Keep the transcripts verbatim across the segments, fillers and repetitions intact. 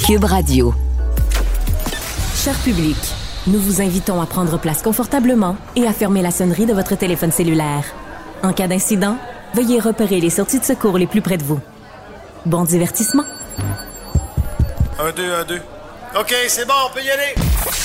Cube Radio. Cher public, nous vous invitons à prendre place confortablement et à fermer la sonnerie de votre téléphone cellulaire. En cas d'incident, veuillez repérer les sorties de secours les plus près de vous. Bon divertissement. Un, deux, un, deux. OK, c'est bon, on peut y aller.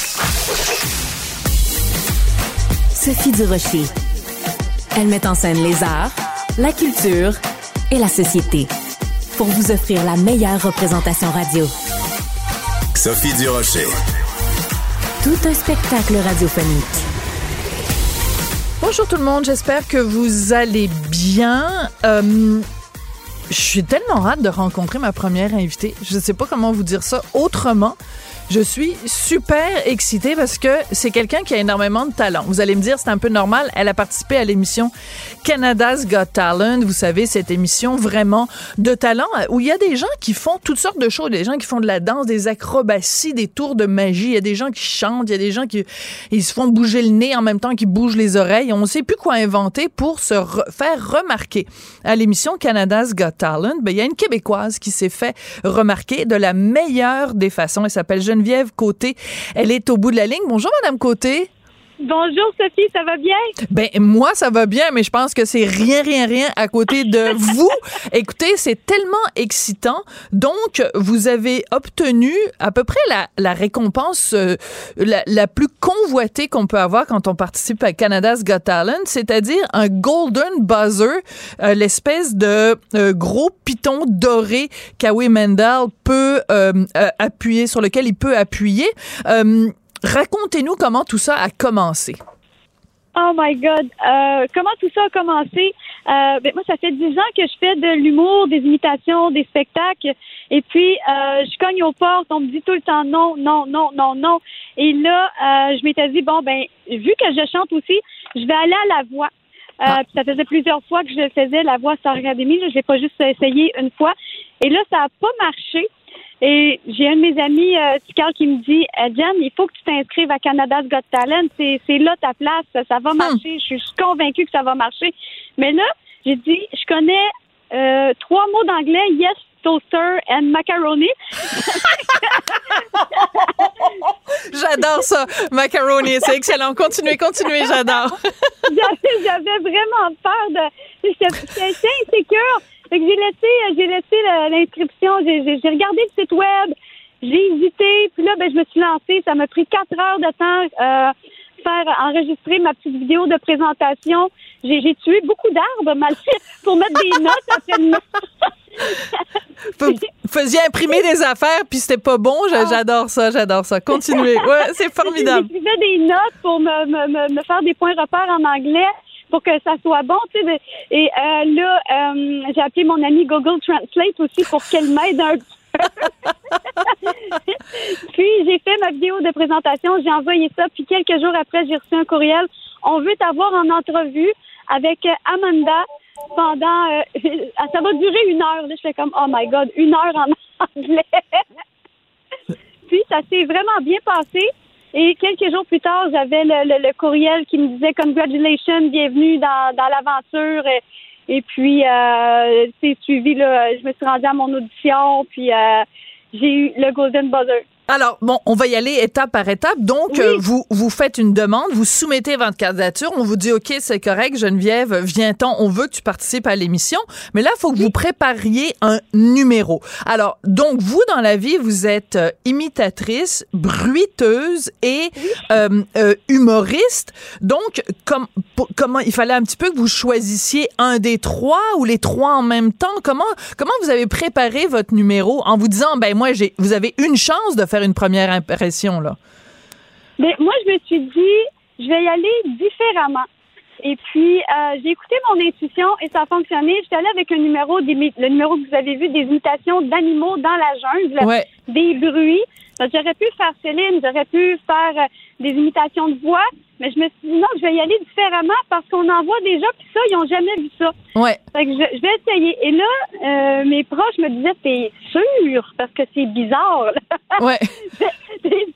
Sophie Durocher. Elle met en scène les arts, la culture et la société pour vous offrir la meilleure représentation radio. Sophie Durocher. Tout un spectacle radiophonique. Bonjour tout le monde, j'espère que vous allez bien. Euh, je suis tellement hâte de rencontrer ma première invitée. Je ne sais pas comment vous dire ça autrement. Je suis super excitée parce que c'est quelqu'un qui a énormément de talent. Vous allez me dire, c'est un peu normal. Elle a participé à l'émission Canada's Got Talent. Vous savez, cette émission vraiment de talent où il y a des gens qui font toutes sortes de choses. Des gens qui font de la danse, des acrobaties, des tours de magie. Il y a des gens qui chantent. Il y a des gens qui ils se font bouger le nez en même temps qu'ils bougent les oreilles. On ne sait plus quoi inventer pour se re- faire remarquer. À l'émission Canada's Got Talent, ben, il y a une Québécoise qui s'est fait remarquer de la meilleure des façons. Elle s'appelle Geneviève Geneviève Côté. Elle est au bout de la ligne. Bonjour, Madame Côté. Bonjour, Sophie, ça va bien? Ben, moi, ça va bien, mais je pense que c'est rien, rien, rien à côté de vous. Écoutez, c'est tellement excitant. Donc, vous avez obtenu à peu près la, la récompense euh, la, la plus convoitée qu'on peut avoir quand on participe à Canada's Got Talent, c'est-à-dire un Golden Buzzer, euh, l'espèce de euh, gros piton doré qu'Howie Mandel peut euh, euh, appuyer, sur lequel il peut appuyer. Euh, Racontez-nous comment tout ça a commencé. Oh my God! Euh, comment tout ça a commencé? Euh, ben moi, ça fait dix ans que je fais de l'humour, des imitations, des spectacles. Et puis, euh, je cogne aux portes. On me dit tout le temps non, non, non, non, non. Et là, euh, je m'étais dit, bon, ben, vu que je chante aussi, je vais aller à la voix. Euh, ah. Puis ça faisait plusieurs fois que je faisais la voix Star Academy. Là, je l'ai pas juste essayé une fois. Et là, ça a pas marché. Et j'ai un de mes amis, euh, Carl, qui me dit eh, « Jen, il faut que tu t'inscrives à Canada's Got Talent. C'est, c'est là ta place. Ça, ça va marcher. Je suis convaincue que ça va marcher. » Mais là, j'ai dit « Je connais euh, trois mots d'anglais. Yes, toaster and macaroni. » J'adore ça. Macaroni, c'est excellent. Continuez, continuez, j'adore. j'avais, j'avais vraiment peur de... J'étais, j'étais insécure. Fait que j'ai laissé, j'ai laissé l'inscription, j'ai, j'ai, j'ai regardé le site web, j'ai hésité, puis là, ben, je me suis lancée. Ça m'a pris quatre heures de temps euh, faire enregistrer ma petite vidéo de présentation. J'ai, j'ai tué beaucoup d'arbres mal pour mettre des notes après le Vous faisiez imprimer des affaires, puis c'était pas bon. J'adore ça, j'adore ça. Continuez. Ouais, c'est formidable. J'écrivais des notes pour me, me, me, me faire des points repères en anglais, pour que ça soit bon, tu sais. Et euh, là, euh, j'ai appelé mon ami Google Translate aussi pour qu'elle m'aide un peu. Puis, j'ai fait ma vidéo de présentation, j'ai envoyé ça, puis quelques jours après, j'ai reçu un courriel. On veut t'avoir en entrevue avec Amanda pendant... Euh, ça va durer une heure. Là, je fais comme, oh my God, une heure en anglais. Puis, ça s'est vraiment bien passé. Et quelques jours plus tard, j'avais le, le, le courriel qui me disait « Congratulations, bienvenue dans, dans l'aventure ». Et puis, euh, c'est suivi, là, je me suis rendue à mon audition, puis euh, j'ai eu le Golden Buzzer. Alors, bon, on va y aller étape par étape. Donc, oui. euh, vous vous faites une demande, vous soumettez votre candidature, on vous dit, OK, c'est correct, Geneviève, viens-t'en, on veut que tu participes à l'émission. Mais là, il faut que oui. vous prépariez un numéro. Alors, donc, vous, dans la vie, vous êtes euh, imitatrice, bruiteuse et oui. euh, euh, humoriste. Donc, com- p- comment il fallait un petit peu que vous choisissiez un des trois ou les trois en même temps? Comment, comment vous avez préparé votre numéro en vous disant, ben moi, j'ai, vous avez une chance de faire une première impression, là? Mais moi, je me suis dit, je vais y aller différemment. Et puis, euh, j'ai écouté mon intuition et ça a fonctionné. J'étais allée avec un numéro, le numéro que vous avez vu, des imitations d'animaux dans la jungle, ouais. des bruits. Donc, j'aurais pu faire Céline, j'aurais pu faire euh, des imitations de voix, mais je me suis dit, non, je vais y aller différemment parce qu'on en voit déjà, puis ça, ils n'ont jamais vu ça. Ouais. Fait que je, je vais essayer. Et là, euh, mes proches me disaient, t'es sûr? Parce que c'est bizarre. Ouais. t'es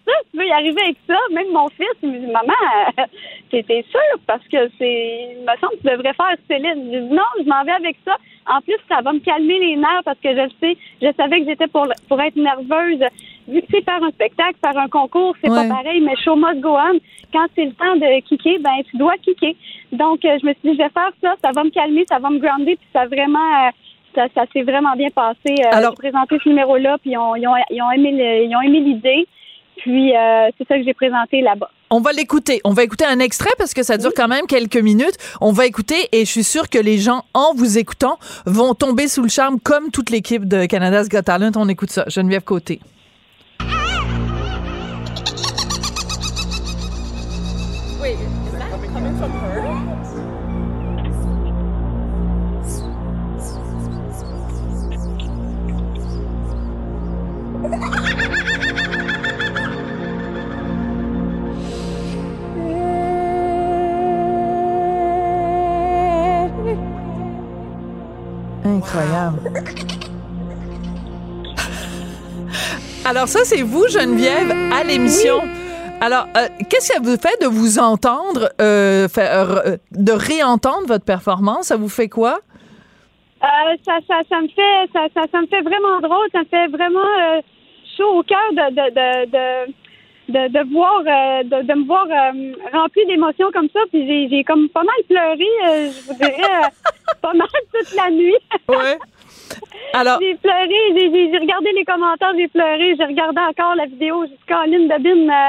ça, tu veux y arriver avec ça. Même mon fils, il me dit, maman, euh, t'es, t'es sûre? Parce que c'est, il me semble que tu devrais faire Céline. Je dis, non, je m'en vais avec ça. En plus, ça va me calmer les nerfs parce que je le sais, je savais que j'étais pour, pour être nerveuse. Vu que c'est faire un spectacle, faire un concours, c'est ouais. pas pareil, mais show must go on. Quand c'est le temps de kicker, ben, tu dois kicker. Donc, euh, je me suis dit, je vais faire ça, ça va me calmer, ça va me grounder, puis ça a vraiment, euh, ça, ça s'est vraiment bien passé. Euh, Alors, j'ai présenté ce numéro-là, puis ils ont, ils ont, ils ont aimé le, ils ont aimé l'idée. Puis, euh, c'est ça que j'ai présenté là-bas. On va l'écouter. On va écouter un extrait parce que ça dure quand même quelques minutes. On va écouter et je suis sûre que les gens, en vous écoutant, vont tomber sous le charme comme toute l'équipe de Canada's Got Talent. On écoute ça. Geneviève Côté. Wait, is that coming from her? Incroyable. Alors ça, c'est vous, Geneviève, à l'émission. Oui. Alors, euh, qu'est-ce que ça vous fait de vous entendre, euh, faire, euh, de réentendre votre performance? Ça vous fait quoi? Euh, ça, ça, ça me fait, ça, ça, ça me fait vraiment drôle. Ça me fait vraiment euh, chaud au cœur de, de, de, de, de, de voir, euh, de, de me voir euh, rempli d'émotions comme ça. Puis j'ai, j'ai comme pas mal pleuré, euh, je vous dirais, euh, pas mal toute la nuit. Ouais. Alors, j'ai pleuré, j'ai, j'ai, j'ai regardé les commentaires, j'ai pleuré, j'ai regardé encore la vidéo jusqu'à Lynn Debine. Euh,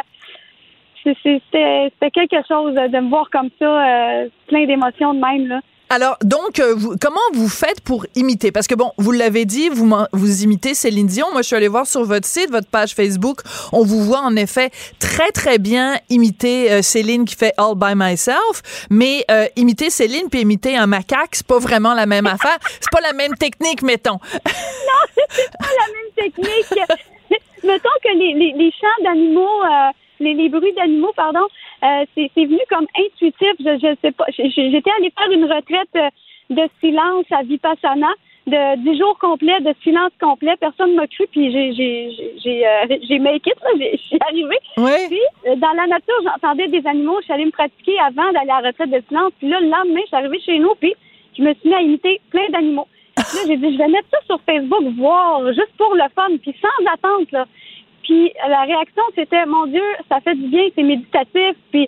C'était, c'était quelque chose de me voir comme ça, euh, plein d'émotions de même, là. Alors, donc, euh, vous, comment vous faites pour imiter? Parce que, bon, vous l'avez dit, vous, vous imitez Céline Dion. Moi, je suis allée voir sur votre site, votre page Facebook. On vous voit, en effet, très, très bien imiter euh, Céline qui fait All By Myself. Mais euh, imiter Céline puis imiter un macaque, c'est pas vraiment la même affaire. C'est pas la même technique, mettons. Non, c'est pas la même technique. Mettons que les, les, les chants d'animaux... Euh, Les, les bruits d'animaux, pardon, euh, c'est, c'est venu comme intuitif. Je je sais pas. J'étais allée faire une retraite de silence à Vipassana, de dix jours complets, de silence complet. Personne m'a cru, puis j'ai j'ai j'ai euh, j'ai make it, là, j'ai, je suis arrivée. Oui. Puis euh, dans la nature, j'entendais des animaux. Je suis allée me pratiquer avant d'aller à la retraite de silence. Puis là, le lendemain, je suis arrivée chez nous, puis je me suis mis à imiter plein d'animaux. Puis là, j'ai dit, je vais mettre ça sur Facebook, voir, juste pour le fun, puis sans attente, là. Puis la réaction, c'était, mon Dieu, ça fait du bien, c'est méditatif. Puis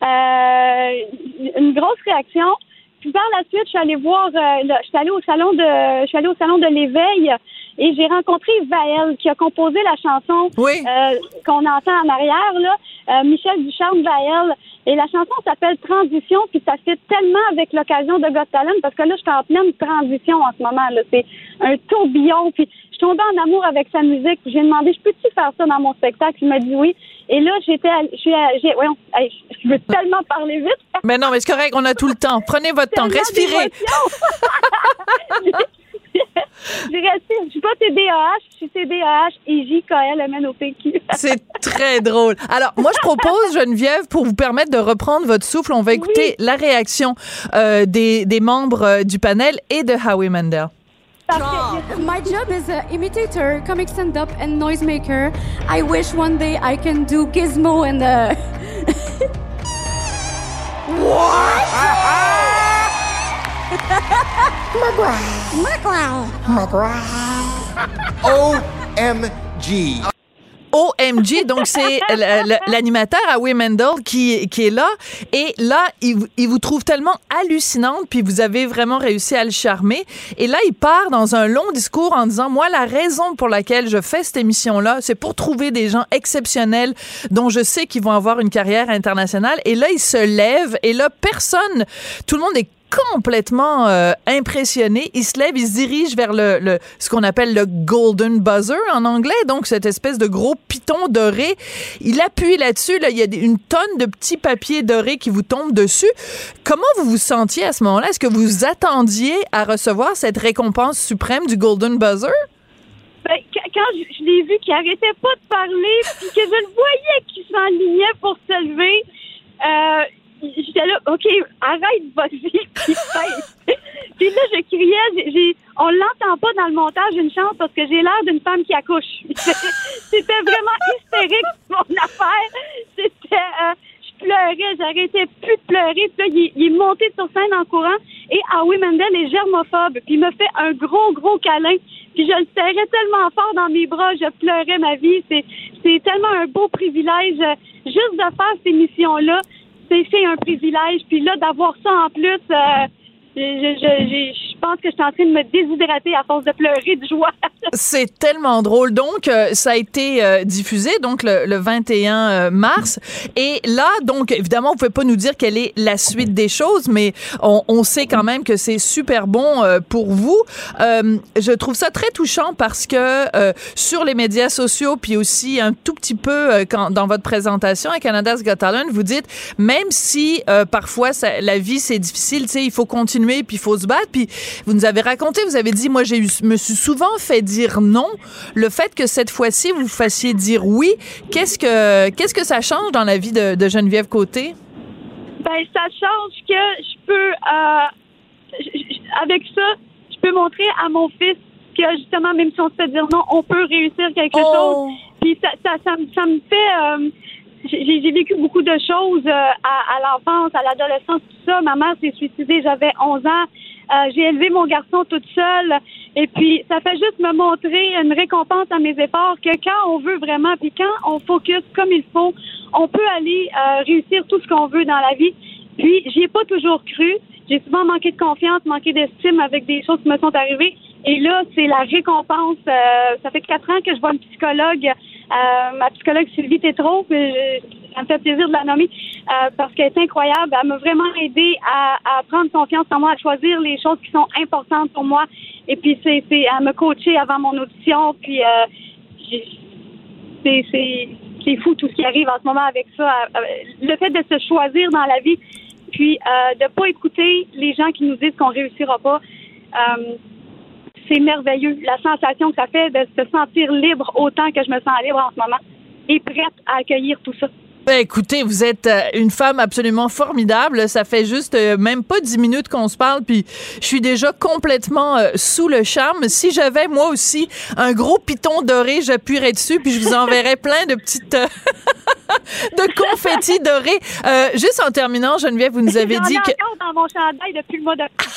euh, une grosse réaction. Puis par la suite, je suis allée voir, euh, là, je suis allée au salon de, je suis allée au salon de l'éveil et j'ai rencontré Vaël qui a composé la chanson oui. euh, qu'on entend en arrière là, euh, Michel Ducharme Vaël. Et la chanson s'appelle Transition, puis ça fait tellement avec l'occasion de Got Talent parce que là, je suis en pleine transition en ce moment. Là, c'est un tourbillon. Puis je suis tombée en amour avec sa musique. Puis j'ai demandé, je peux-tu faire ça dans mon spectacle? Il m'a dit oui. Et là, j'étais, à, je suis, à, j'ai, voyons, je veux tellement parler vite. Mais non, mais c'est correct, on a tout le temps. Prenez votre temps, respirez. J'ai resté, je suis pas T D A H, je suis T D A H et J K L M N O P Q. C'est très drôle. Alors, moi, je propose, Geneviève, pour vous permettre de reprendre votre souffle, on va écouter oui. la réaction euh, des, des membres euh, du panel et de Howie Mandel. My job is an imitator, comic stand-up and noisemaker. I wish one day I can do Gizmo and uh What? McGuire. McGuire. McGuire. O M G. O M G, donc c'est l'animateur Howie Mandel qui, qui est là. Et là, il, il vous trouve tellement hallucinante, puis vous avez vraiment réussi à le charmer. Et là, il part dans un long discours en disant, moi, la raison pour laquelle je fais cette émission-là, c'est pour trouver des gens exceptionnels dont je sais qu'ils vont avoir une carrière internationale. Et là, il se lève, et là, personne, tout le monde est complètement euh, impressionné. Il se lève, il se dirige vers le, le ce qu'on appelle le golden buzzer en anglais, donc cette espèce de gros piton doré. Il appuie là-dessus, là, il y a une tonne de petits papiers dorés qui vous tombent dessus. Comment vous vous sentiez à ce moment-là? Est-ce que vous attendiez à recevoir cette récompense suprême du golden buzzer? Ben, quand je, je l'ai vu qu'il arrêtait pas de parler, puis que je le voyais qu'il s'enlignait pour se lever, euh, j'étais là, OK, arrête, vas-y, puis fais. Puis là, je criais, j'ai, j'ai, on l'entend pas dans le montage, une chance, parce que j'ai l'air d'une femme qui accouche. C'était vraiment hystérique, mon mon affaire. C'était... Euh, je pleurais, j'arrêtais plus de pleurer. Puis là, il, il est monté sur scène en courant. Et Howie Mandel est germophobe. Puis il me fait un gros, gros câlin. Puis je le serrais tellement fort dans mes bras. Je pleurais ma vie. C'est, c'est tellement un beau privilège. Juste de faire ces missions-là, c'est, c'est un privilège. Puis là, d'avoir ça en plus... Euh, Je, je, je pense que je suis en train de me déshydrater à force de pleurer de joie. C'est tellement drôle. Donc, euh, ça a été euh, diffusé donc le, le vingt et un mars. Et là, donc, évidemment, vous pouvez pas nous dire quelle est la suite des choses, mais on, on sait quand même que c'est super bon euh, pour vous. Euh, je trouve ça très touchant parce que euh, sur les médias sociaux, puis aussi un tout petit peu euh, quand, dans votre présentation à Canada's Got Talent, vous dites, même si euh, parfois ça, la vie c'est difficile, tu sais, il faut continuer, puis il faut se battre. Puis vous nous avez raconté, vous avez dit, moi, j'ai eu, me suis souvent fait dire non. Le fait que cette fois-ci, vous fassiez dire oui, qu'est-ce que, qu'est-ce que ça change dans la vie de, de Geneviève Côté? Ben, ça change que je peux, euh, j- j- avec ça, je peux montrer à mon fils que, justement, même si on se fait dire non, on peut réussir quelque oh. chose. Puis ça, ça, ça, ça me fait... Euh, J'ai, j'ai vécu beaucoup de choses euh, à, à l'enfance, à l'adolescence, tout ça. Ma mère s'est suicidée, j'avais onze ans. Euh, j'ai élevé mon garçon toute seule. Et puis, ça fait juste me montrer une récompense à mes efforts que quand on veut vraiment, puis quand on focus comme il faut, on peut aller euh, réussir tout ce qu'on veut dans la vie. Puis, j'y ai pas toujours cru. J'ai souvent manqué de confiance, manqué d'estime avec des choses qui me sont arrivées. Et là, c'est la récompense. Euh, ça fait quatre ans que je vois une psychologue, euh, ma psychologue Sylvie Tétrault, ça me fait plaisir de la nommer, euh, parce qu'elle est incroyable. Elle m'a vraiment aidé à, à prendre confiance en moi, à choisir les choses qui sont importantes pour moi. Et puis, c'est, c'est elle m'a coaché avant mon audition. Puis, euh, j'ai, c'est, c'est, c'est fou tout ce qui arrive en ce moment avec ça. Le fait de se choisir dans la vie, puis euh, de pas écouter les gens qui nous disent qu'on réussira pas. Euh, c'est merveilleux. La sensation que ça fait de se sentir libre autant que je me sens libre en ce moment et prête à accueillir tout ça. Ben, écoutez, vous êtes euh, une femme absolument formidable. Ça fait juste euh, même pas dix minutes qu'on se parle, puis je suis déjà complètement euh, sous le charme. Si j'avais, moi aussi, un gros piton doré, j'appuierais dessus, puis je vous enverrais plein de petites... Euh, de confettis dorés. Euh, juste en terminant, Geneviève, vous nous avez J'en dit ai que... encore dans mon chandail depuis le mois d'octobre.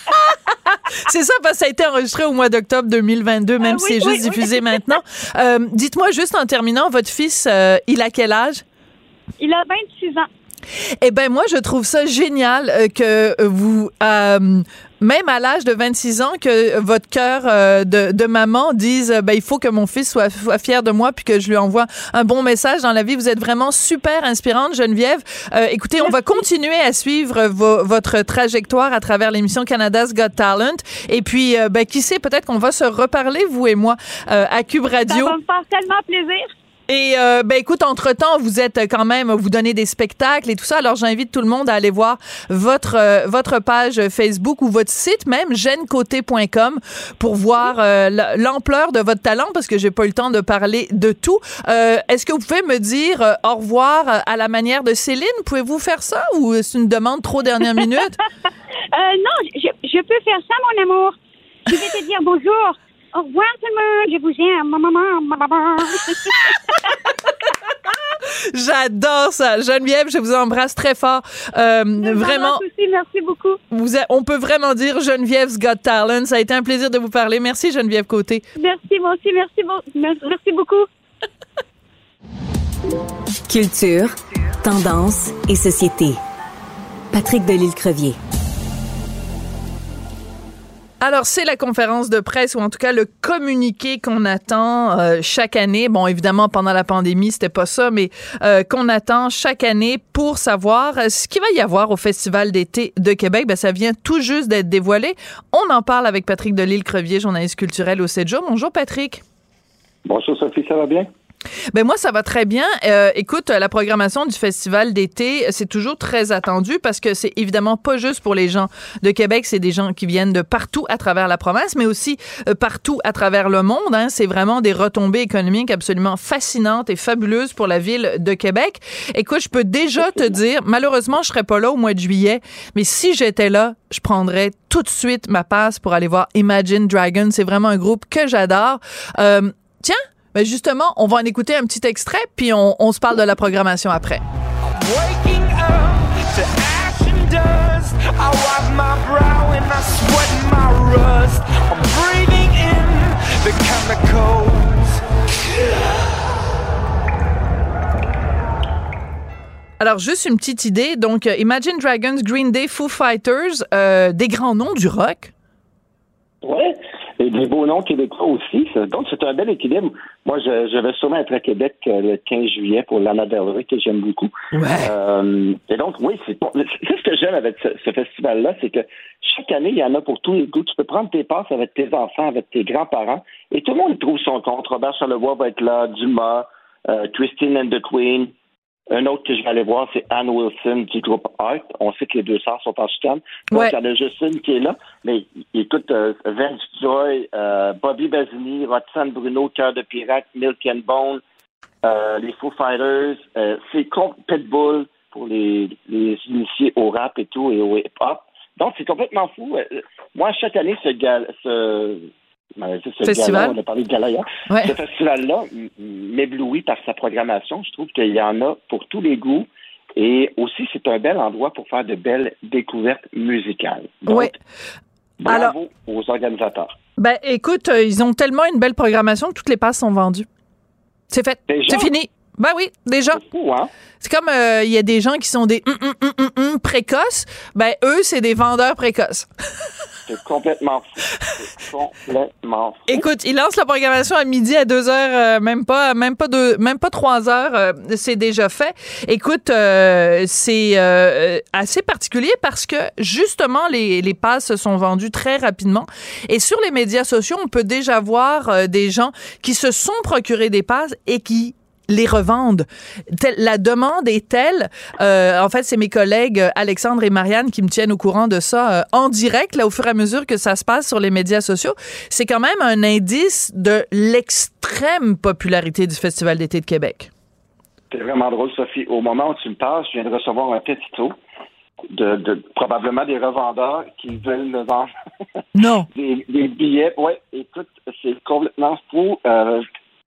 C'est ça, parce que ça a été enregistré au mois d'octobre deux mille vingt-deux, même euh, oui, si c'est oui, juste oui. diffusé maintenant. Euh, dites-moi juste en terminant, votre fils, euh, il a quel âge? Il a vingt-six ans. Eh ben moi, je trouve ça génial euh, que vous, euh, même à l'âge de vingt-six ans, que votre cœur euh, de, de maman dise, euh, ben il faut que mon fils soit, soit fier de moi, puis que je lui envoie un bon message dans la vie. Vous êtes vraiment super inspirante, Geneviève. Euh, écoutez, Merci. On va continuer à suivre vo- votre trajectoire à travers l'émission Canada's Got Talent. Et puis, euh, ben qui sait, peut-être qu'on va se reparler, vous et moi, euh, à Cube Radio. Ça va me faire tellement plaisir. Et euh, ben écoute, entre-temps, vous êtes quand même, vous donnez des spectacles et tout ça. Alors j'invite tout le monde à aller voir votre euh, votre page Facebook ou votre site même, gene côté point com, pour voir euh, l'ampleur de votre talent, parce que j'ai pas eu le temps de parler de tout. Euh, est-ce que vous pouvez me dire euh, au revoir à la manière de Céline? Pouvez-vous faire ça ou c'est une demande trop dernière minute? euh, non, je, je peux faire ça, mon amour. Je vais te dire bonjour. Au revoir tout le monde, je vous aime, maman, maman. J'adore ça. Geneviève, je vous embrasse très fort. Euh, vraiment. Aussi, merci beaucoup. Vous a, on peut vraiment dire Geneviève's Got Talent. Ça a été un plaisir de vous parler. Merci, Geneviève Côté. Merci, moi aussi. Merci, merci, merci beaucoup. Culture, tendance et société. Patrick Delisle-Crevier. Alors, c'est la conférence de presse, ou en tout cas le communiqué qu'on attend euh, chaque année. Bon, évidemment, pendant la pandémie, c'était pas ça, mais euh, qu'on attend chaque année pour savoir ce qu'il va y avoir au Festival d'été de Québec. Ben, ça vient tout juste d'être dévoilé. On en parle avec Patrick Delisle-Crevier, journaliste culturel au sept jours. Bonjour, Patrick. Bonjour, Sophie, ça va bien? Ben moi, ça va très bien. Euh, écoute, la programmation du festival d'été, c'est toujours très attendu parce que c'est évidemment pas juste pour les gens de Québec, c'est des gens qui viennent de partout à travers la province, mais aussi euh, partout à travers le monde. Hein. C'est vraiment des retombées économiques absolument fascinantes et fabuleuses pour la ville de Québec. Écoute, je peux déjà te dire, malheureusement, je serais pas là au mois de juillet, mais si j'étais là, je prendrais tout de suite ma passe pour aller voir Imagine Dragons. C'est vraiment un groupe que j'adore. Euh, tiens, Ben justement, on va en écouter un petit extrait, puis on, on se parle de la programmation après. Waking up to ash and dust. I wipe my brow and I sweat my rust. I'm breathing in the chemicals. Alors, juste une petite idée. Donc, Imagine Dragons, Green Day, Foo Fighters, euh, des grands noms du rock. Oui, et des beaux noms québécois aussi. Donc, c'est un bel équilibre. Moi, je, je vais sûrement être à Québec le quinze juillet pour Lana Del Rey, que j'aime beaucoup. Ouais. Euh, et donc, oui, c'est, c'est ce que j'aime avec ce, ce festival-là, c'est que chaque année, il y en a pour tous les goûts. Tu peux prendre tes passes avec tes enfants, avec tes grands-parents, et tout le monde y trouve son compte. Robert Charlebois va être là, Dumas, euh, Christine and the Queen. Un autre que je vais aller voir, c'est Ann Wilson du groupe Art. On sait que les deux sœurs sont en chicane. Donc, ouais. il y en a juste une qui est là. Mais écoute, euh, Vince Joy, euh, Bobby Basini, Roxane Bruno, Cœur de Pirate, Milk and Bone, euh, les Foo Fighters, euh, c'est contre Pitbull pour les, les initiés au rap et tout, et au hip-hop. Donc, c'est complètement fou. Moi, chaque année, ce gars... Ce, Ce festival. Gala, on a parlé de gala hier. Ouais. Ce festival-là m'éblouit par sa programmation. Je trouve qu'il y en a pour tous les goûts. Et aussi, c'est un bel endroit pour faire de belles découvertes musicales. Donc, ouais. bravo Alors, aux organisateurs. Ben, écoute, euh, ils ont tellement une belle programmation que toutes les passes sont vendues. C'est fait. Déjà? C'est fini. Ben oui, déjà. C'est fou, hein? C'est comme il euh, y a des gens qui sont des hum, hum, hum, hum, hum, précoces. Ben, eux, c'est des vendeurs précoces. C'est complètement fou. C'est complètement fou. Écoute, ils lancent la programmation à midi, à deux heures, euh, même pas, même pas deux, même pas trois heures, euh, c'est déjà fait. Écoute, euh, c'est euh, assez particulier parce que justement les les passes se sont vendues très rapidement et sur les médias sociaux, on peut déjà voir euh, des gens qui se sont procurés des passes et qui les revendent. La demande est telle, euh, en fait, c'est mes collègues Alexandre et Marianne qui me tiennent au courant de ça euh, en direct, là, au fur et à mesure que ça se passe sur les médias sociaux. C'est quand même un indice de l'extrême popularité du Festival d'été de Québec. C'est vraiment drôle, Sophie. Au moment où tu me parles, je viens de recevoir un texto de, de probablement des revendeurs qui veulent me vendre non. des, des billets. Oui, écoute, c'est complètement fou. Euh,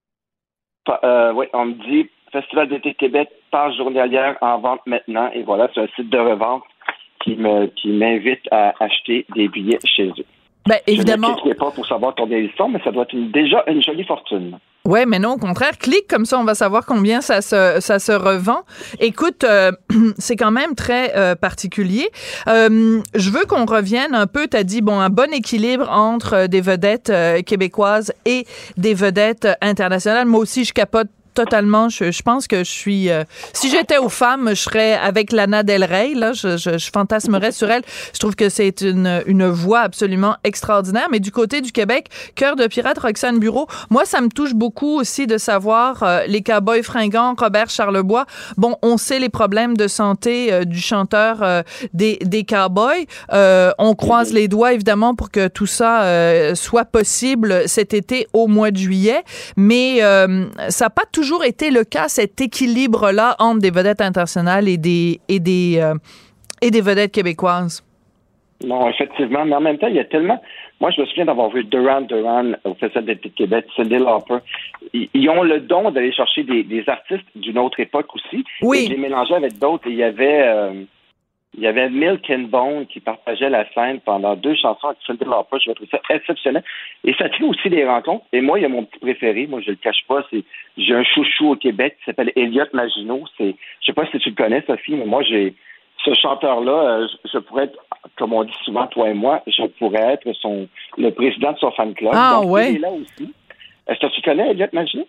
Euh, oui, on me dit Festival d'été de Québec, page journalière en vente maintenant. Et voilà, c'est un site de revente qui me qui m'invite à acheter des billets chez eux. Ben, évidemment. Je ne clique pas pour savoir combien ils sont, mais ça doit être une, déjà une jolie fortune. Ouais, mais non, au contraire, clique comme ça, on va savoir combien ça se ça se revend. Écoute, euh, c'est quand même très euh, particulier. Euh, je veux qu'on revienne un peu. T'as dit bon, un bon équilibre entre des vedettes euh, québécoises et des vedettes internationales. Moi aussi, je capote totalement. Je, je pense que je suis... Euh, si j'étais aux femmes, je serais avec Lana Del Rey. Là, je, je, je fantasmerais sur elle. Je trouve que c'est une, une voix absolument extraordinaire. Mais du côté du Québec, Cœur de Pirate, Roxane Bureau, moi, ça me touche beaucoup aussi de savoir euh, les Cowboys fringants, Robert Charlebois. Bon, on sait les problèmes de santé euh, du chanteur euh, des, des Cowboys. Euh, on croise les doigts, évidemment, pour que tout ça euh, soit possible cet été au mois de juillet. Mais euh, ça n'a pas toujours été le cas, cet équilibre-là entre des vedettes internationales et des, et des, euh, et des vedettes québécoises. Non, effectivement, mais en même temps, il y a tellement... Moi, je me souviens d'avoir vu Duran Duran au Festival d'été de Québec, Cyndi Lauper. Ils, ils ont le don d'aller chercher des, des artistes d'une autre époque aussi. Oui. Et je les mélangeais avec d'autres. Et il y avait... Euh, Il y avait Milk and Bone qui partageait la scène pendant deux chansons avec Cyndi Lauper. Je trouve ça exceptionnel. Et ça crée aussi des rencontres. Et moi, il y a mon petit préféré. Moi, je le cache pas. C'est j'ai un chouchou au Québec qui s'appelle Elliot Maginot. C'est, je sais pas si tu le connais, Sophie, mais moi, j'ai ce chanteur-là. Je, je pourrais être, comme on dit souvent, toi et moi, je pourrais être son le président de son fan club. Ah, donc, ouais. il est là aussi. Est-ce que tu connais Elliot Maginot?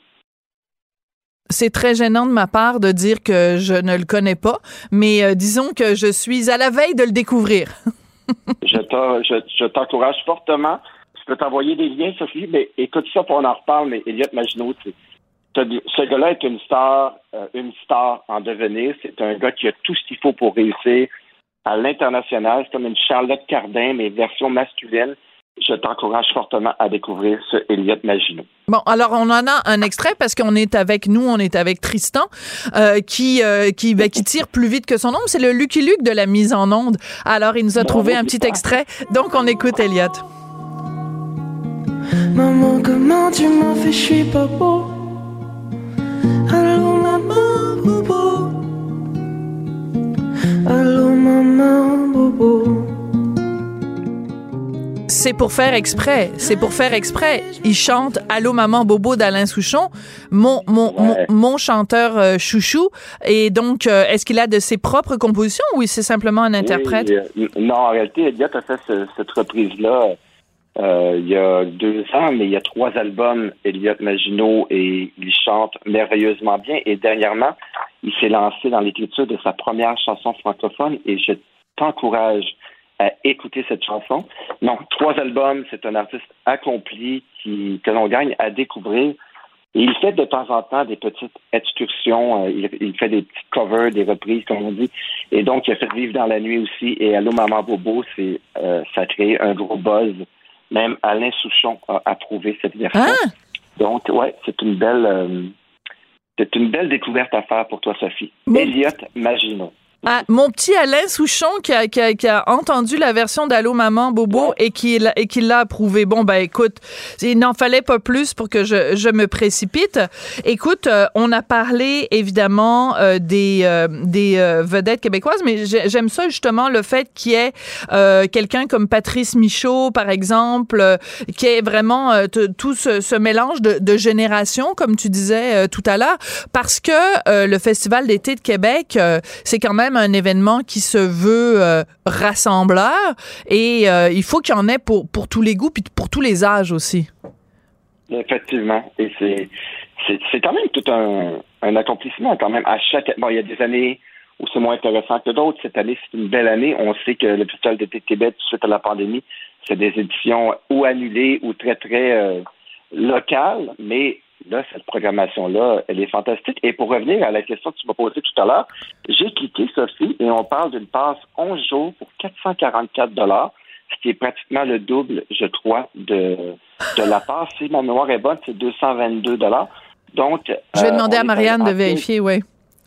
C'est très gênant de ma part de dire que je ne le connais pas, mais euh, disons que je suis à la veille de le découvrir. je, je, je t'encourage fortement. Je peux t'envoyer des liens, Sophie, mais écoute ça, pour on en reparle, mais Elliot Maginot, c'est, ce gars-là est une star, euh, une star en devenir. C'est un gars qui a tout ce qu'il faut pour réussir à l'international. C'est comme une Charlotte Cardin, mais version masculine. Je t'encourage fortement à découvrir ce Elliot Maginot. Bon, alors on en a un extrait parce qu'on est avec nous, on est avec Tristan, euh, qui euh, qui ben, qui tire plus vite que son ombre. C'est le Lucky Luke de la mise en onde. Alors il nous a bon, trouvé un petit pas. extrait, donc on écoute Elliot. Maman, comment tu m'en fais, je suis pas beau. Allô maman bobo, allô maman bobo. C'est pour faire exprès, c'est pour faire exprès. Il chante Allô maman bobo d'Alain Souchon, mon mon ouais. mon, mon chanteur euh, chouchou. Et donc, euh, est-ce qu'il a de ses propres compositions ou c'est simplement un interprète? Oui, euh, non, en réalité, Elliot a fait ce, cette reprise-là euh, il y a deux ans, mais il y a trois albums, Elliot Maginot, et il chante merveilleusement bien. Et dernièrement, il s'est lancé dans l'écriture de sa première chanson francophone et je t'encourage à écouter cette chanson. Non, trois albums, c'est un artiste accompli qui, que l'on gagne à découvrir. Et il fait de temps en temps des petites excursions. Il, il fait des petits covers, des reprises, comme on dit. Et donc, il a fait Vivre dans la nuit aussi. Et Allô Maman Bobo, c'est, euh, ça a créé un gros buzz. Même Alain Souchon a approuvé cette version. Ah! Donc, ouais, c'est une belle, euh, c'est une belle découverte à faire pour toi, Sophie. Bon. Elliot Maginot. Ah, mon petit Alain Souchon qui a, qui a, qui a entendu la version d'Allô Maman Bobo ouais. et qui l'a, et qui l'a approuvé. Bon, ben écoute, il n'en fallait pas plus pour que je, je me précipite. Écoute, euh, on a parlé évidemment euh, des, euh, des euh, vedettes québécoises, mais j'aime ça justement le fait qu'il y ait euh, quelqu'un comme Patrice Michaud, par exemple, euh, qui ait vraiment euh, t- tout ce, ce mélange de, de générations, comme tu disais euh, tout à l'heure, parce que euh, le Festival d'été de Québec, euh, c'est quand même un événement qui se veut euh, rassembleur et euh, il faut qu'il y en ait pour, pour tous les goûts puis pour tous les âges aussi. Effectivement. Et c'est, c'est, c'est quand même tout un, un accomplissement quand même. À chaque, bon, il y a des années où c'est moins intéressant que d'autres. Cette année, c'est une belle année. On sait que le Festival d'été de Québec, suite à la pandémie, c'est des éditions ou annulées ou très, très euh, locales, mais là, cette programmation-là, elle est fantastique. Et pour revenir à la question que tu m'as posée tout à l'heure, j'ai cliqué, Sophie, et on parle d'une passe onze jours pour quatre cent quarante-quatre dollars, ce qui est pratiquement le double, je crois, de, de la passe. Si ma mémoire est bonne, c'est deux cent vingt-deux dollars. Donc, je vais euh, demander à Marianne de vérifier, oui.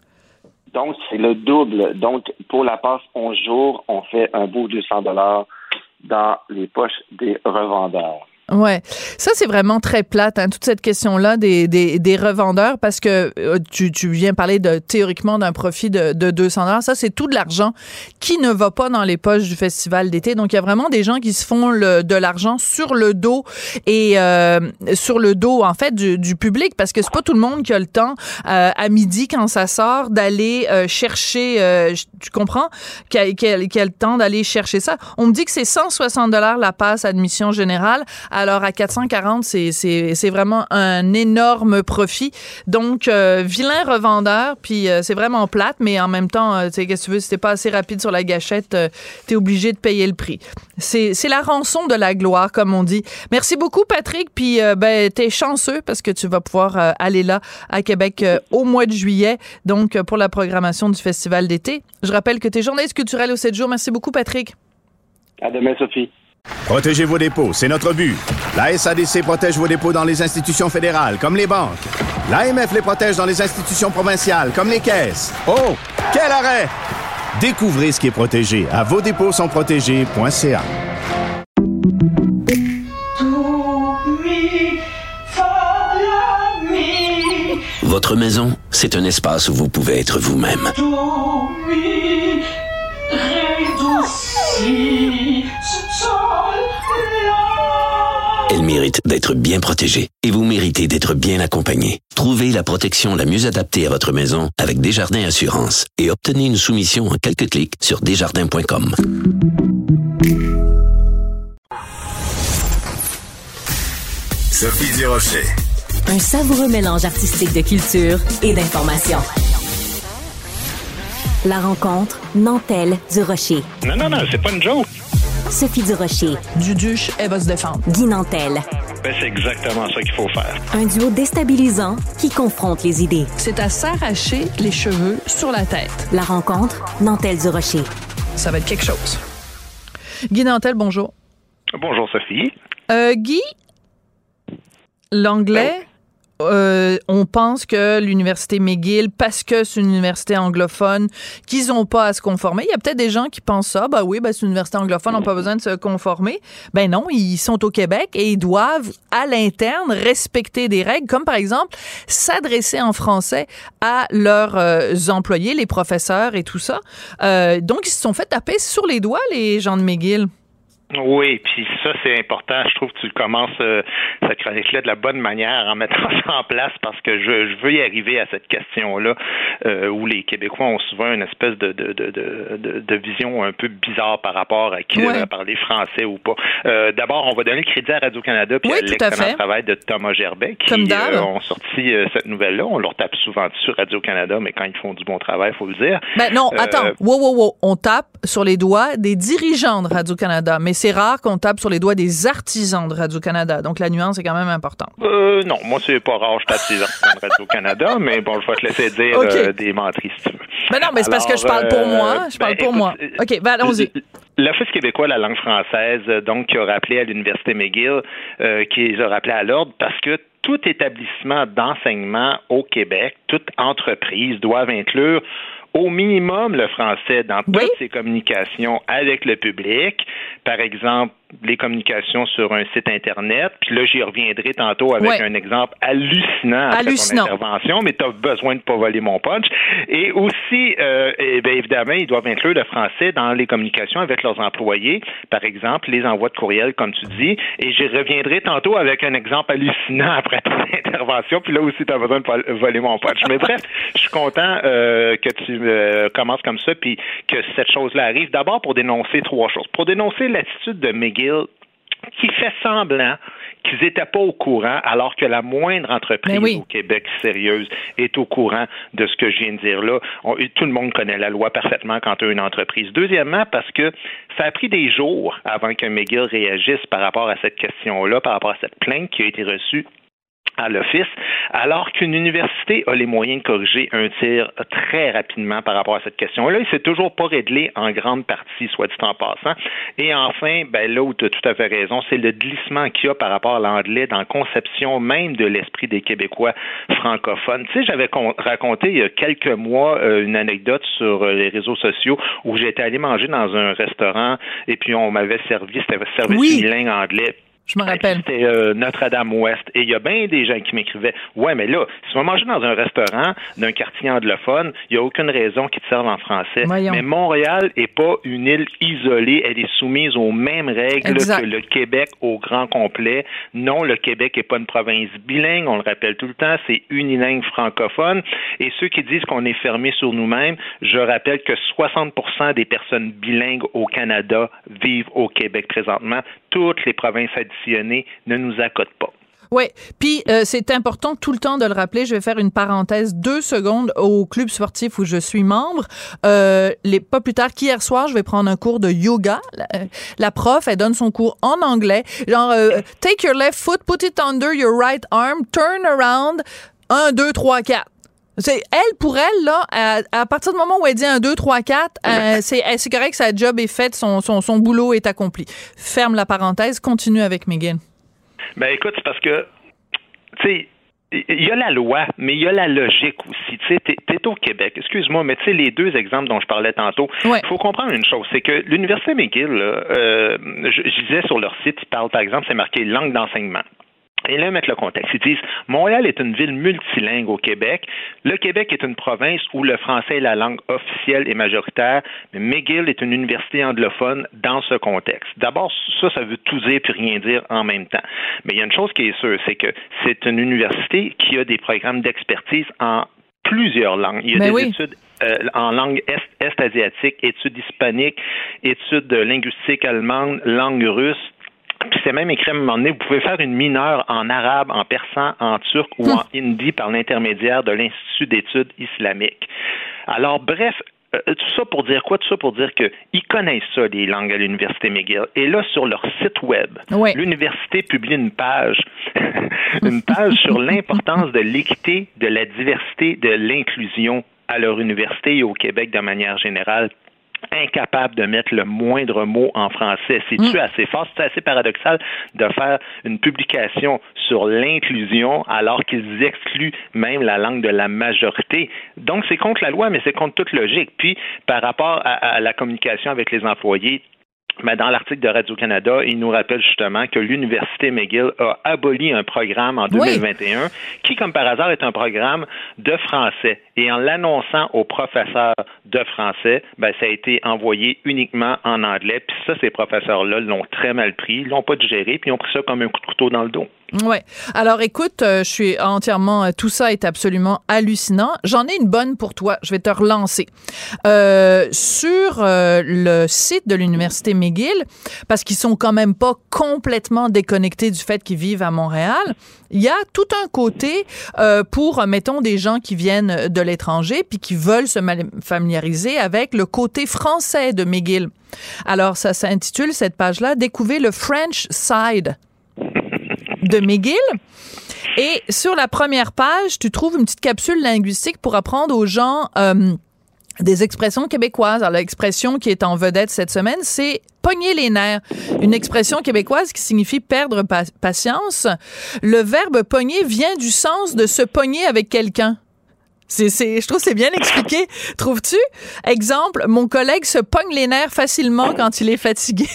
Donc, c'est le double. Donc, pour la passe onze jours, on fait un beau deux cents dollars dans les poches des revendeurs. Ouais, ça c'est vraiment très plate, hein, toute cette question-là des des, des revendeurs, parce que euh, tu tu viens parler de théoriquement d'un profit de, de deux cents dollars. Ça c'est tout de l'argent qui ne va pas dans les poches du festival d'été. Donc il y a vraiment des gens qui se font le, de l'argent sur le dos et euh, sur le dos en fait du, du public, parce que c'est pas tout le monde qui a le temps euh, à midi quand ça sort d'aller euh, chercher. Euh, tu comprends, qui a, qui, a, qui a le temps d'aller chercher ça. On me dit que c'est cent soixante dollars la passe admission générale. Alors, à quatre cent quarante, c'est, c'est, c'est vraiment un énorme profit. Donc, euh, vilain revendeur, puis euh, c'est vraiment plate, mais en même temps, euh, tu sais, qu'est-ce que tu veux, si t'es pas assez rapide sur la gâchette, euh, t'es obligé de payer le prix. C'est, c'est la rançon de la gloire, comme on dit. Merci beaucoup, Patrick, puis euh, ben, t'es chanceux parce que tu vas pouvoir euh, aller là, à Québec, euh, au mois de juillet, donc pour la programmation du Festival d'été. Je rappelle que t'es journaliste culturelle au sept jours. Merci beaucoup, Patrick. À demain, Sophie. Protégez vos dépôts, c'est notre but. La S A D C protège vos dépôts dans les institutions fédérales, comme les banques. L'A M F les protège dans les institutions provinciales, comme les caisses. Oh, quel arrêt! Découvrez ce qui est protégé à vos dépôts sont protégés point c a. Votre maison, c'est un espace où vous pouvez être vous-même. Elle mérite d'être bien protégée et vous méritez d'être bien accompagnée. Trouvez la protection la mieux adaptée à votre maison avec Desjardins Assurance et obtenez une soumission en quelques clics sur desjardins point com. Sophie Durocher. Un savoureux mélange artistique de culture et d'information. La rencontre Nantel Durocher. Non, non, non, c'est pas une joke. Sophie Durocher. Duduche, elle va se défendre. Guy Nantel. Ben, c'est exactement ça qu'il faut faire. Un duo déstabilisant qui confronte les idées. C'est à s'arracher les cheveux sur la tête. La rencontre Nantel Durocher. Ça va être quelque chose. Guy Nantel, bonjour. Bonjour, Sophie. Euh, Guy, l'anglais... euh, on pense que l'université McGill, parce que c'est une université anglophone, qu'ils n'ont pas à se conformer. Il y a peut-être des gens qui pensent ça, ben oui, ben c'est une université anglophone, on n'a pas besoin de se conformer. Ben non, ils sont au Québec et ils doivent, à l'interne, respecter des règles, comme par exemple s'adresser en français à leurs euh, employés, les professeurs et tout ça. Euh, donc, ils se sont fait taper sur les doigts, les gens de McGill. Oui, puis ça, c'est important. Je trouve que tu commences euh, cette chronique-là de la bonne manière en mettant ça en place parce que je, je veux y arriver à cette question-là euh, où les Québécois ont souvent une espèce de, de, de, de, de, de vision un peu bizarre par rapport à qui ouais. va parler français ou pas. Euh, d'abord, on va donner le crédit à Radio-Canada puis oui, à l'excellent travail de Thomas Gerbet qui euh, ont sorti euh, cette nouvelle-là. On leur tape souvent dessus sur Radio-Canada, mais quand ils font du bon travail, il faut le dire. Ben non, euh, attends. Wow, wow, wow. On tape sur les doigts des dirigeants de Radio-Canada, mais c'est rare qu'on tape sur les doigts des artisans de Radio-Canada. Donc, la nuance est quand même importante. Euh, non, moi, c'est pas rare, je tape sur les artisans de Radio-Canada, mais bon, je vais te laisser dire okay. euh, des menteries, si tu veux. Ben non, mais c'est Alors, parce que je parle pour moi. Je parle ben, pour écoute, moi. OK, ben allons-y. L'Office québécois de la langue française, donc, qui a rappelé à l'Université McGill, euh, qui les a rappelés à l'ordre parce que tout établissement d'enseignement au Québec, toute entreprise doivent inclure au minimum le français dans toutes oui. ses communications avec le public. Par exemple, les communications sur un site Internet. Puis là, j'y reviendrai tantôt avec ouais. un exemple hallucinant après Hallucinant. ton intervention, mais tu as besoin de pas voler mon punch. Et aussi, euh, eh bien, évidemment, ils doivent inclure le français dans les communications avec leurs employés. Par exemple, les envois de courriel, comme tu dis. Et j'y reviendrai tantôt avec un exemple hallucinant après ton intervention. Puis là aussi, tu as besoin de voler mon punch. Mais bref, je suis content euh, que tu euh, commences comme ça puis que cette chose-là arrive. D'abord, pour dénoncer trois choses. Pour dénoncer l'attitude de McGill qui fait semblant qu'ils n'étaient pas au courant, alors que la moindre entreprise oui. au Québec sérieuse est au courant de ce que je viens de dire là. On, tout le monde connaît la loi parfaitement quand tu as une entreprise. Deuxièmement, parce que ça a pris des jours avant que McGill réagisse par rapport à cette question-là, par rapport à cette plainte qui a été reçue à l'Office, alors qu'une université a les moyens de corriger un tir très rapidement par rapport à cette question-là. Il s'est toujours pas réglé en grande partie, soit dit en passant. Et enfin, ben là où tu as tout à fait raison, c'est le glissement qu'il y a par rapport à l'anglais dans la conception même de l'esprit des Québécois francophones. Tu sais, j'avais con- raconté il y a quelques mois euh, une anecdote sur euh, les réseaux sociaux où j'étais allé manger dans un restaurant et puis on m'avait servi, c'était service oui. bilingue anglais. Je me rappelle. C'était euh, Notre-Dame-Ouest. Et il y a bien des gens qui m'écrivaient « Ouais, mais là, si on va manger dans un restaurant d'un quartier anglophone, il n'y a aucune raison qu'ils te servent en français. Voyons. Mais Montréal n'est pas une île isolée. Elle est soumise aux mêmes règles exact. que le Québec au grand complet. Non, le Québec n'est pas une province bilingue. On le rappelle tout le temps. C'est unilingue francophone. Et ceux qui disent qu'on est fermé sur nous-mêmes, je rappelle que soixante pour cent des personnes bilingues au Canada vivent au Québec présentement. Toutes les provinces additionnées ne nous accotent pas. Oui, puis euh, c'est important tout le temps de le rappeler. Je vais faire une parenthèse deux secondes au club sportif où je suis membre. Euh, les, pas plus tard qu'hier soir, je vais prendre un cours de yoga. La, la prof, elle donne son cours en anglais. Genre, euh, take your left foot, put it under your right arm, turn around, un, deux, trois, quatre. C'est elle, pour elle, là, à, à partir du moment où elle dit un, deux, trois, quatre, euh, c'est, c'est correct, sa job est faite, son, son, son boulot est accompli. Ferme la parenthèse, continue avec McGill. Ben écoute, c'est parce que, tu sais, il y a la loi, mais il y a la logique aussi. Tu sais, t'es, t'es au Québec, excuse-moi, mais tu sais, les deux exemples dont je parlais tantôt, il ouais. faut comprendre une chose, c'est que l'Université McGill, là, euh, je, je disais sur leur site, ils parlent, par exemple, c'est marqué langue d'enseignement. Et là, mettre le contexte. Ils disent, Montréal est une ville multilingue au Québec. Le Québec est une province où le français est la langue officielle et majoritaire, mais McGill est une université anglophone dans ce contexte. D'abord, ça, ça veut tout dire puis rien dire en même temps. Mais il y a une chose qui est sûre, c'est que c'est une université qui a des programmes d'expertise en plusieurs langues. Il y a ben des oui. études euh, en langue est, est-asiatique, études hispaniques, études linguistiques allemandes, langue russe. Puis c'est même écrit à un moment donné, vous pouvez faire une mineure en arabe, en persan, en turc ou hum. en hindi par l'intermédiaire de l'Institut d'études islamiques. Alors, bref, euh, tout ça pour dire quoi? Tout ça pour dire qu'ils connaissent ça, les langues à l'Université McGill. Et là, sur leur site web, oui. l'université publie une page, une page sur l'importance de l'équité, de la diversité, de l'inclusion à leur université et au Québec de manière générale. incapables de mettre le moindre mot en français. C'est-tu mmh. assez fort? C'est assez paradoxal de faire une publication sur l'inclusion alors qu'ils excluent même la langue de la majorité. Donc, c'est contre la loi, mais c'est contre toute logique. Puis, par rapport à, à la communication avec les employés, mais dans l'article de Radio-Canada, il nous rappelle justement que l'Université McGill a aboli un programme en deux mille vingt et un oui. qui, comme par hasard, est un programme de français. Et en l'annonçant aux professeurs de français, ben, ça a été envoyé uniquement en anglais. Puis ça, ces professeurs-là l'ont très mal pris, ils l'ont pas digéré, puis ils ont pris ça comme un coup de couteau dans le dos. Ouais. Alors, écoute, euh, je suis entièrement... Tout ça est absolument hallucinant. J'en ai une bonne pour toi. Je vais te relancer. Euh, sur euh, le site de l'Université McGill, parce qu'ils sont quand même pas complètement déconnectés du fait qu'ils vivent à Montréal, il y a tout un côté euh, pour, mettons, des gens qui viennent de l'étranger puis qui veulent se familiariser avec le côté français de McGill. Alors, ça s'intitule, cette page-là, « Découvrir le French Side » de McGill. Et sur la première page, tu trouves une petite capsule linguistique pour apprendre aux gens euh, des expressions québécoises. Alors, l'expression qui est en vedette cette semaine, c'est « pogner les nerfs ». Une expression québécoise qui signifie perdre pa- patience. Le verbe « pogner » vient du sens de se pogner avec quelqu'un. C'est, c'est, je trouve que c'est bien expliqué. Trouves-tu? Exemple, mon collègue se pogne les nerfs facilement quand il est fatigué.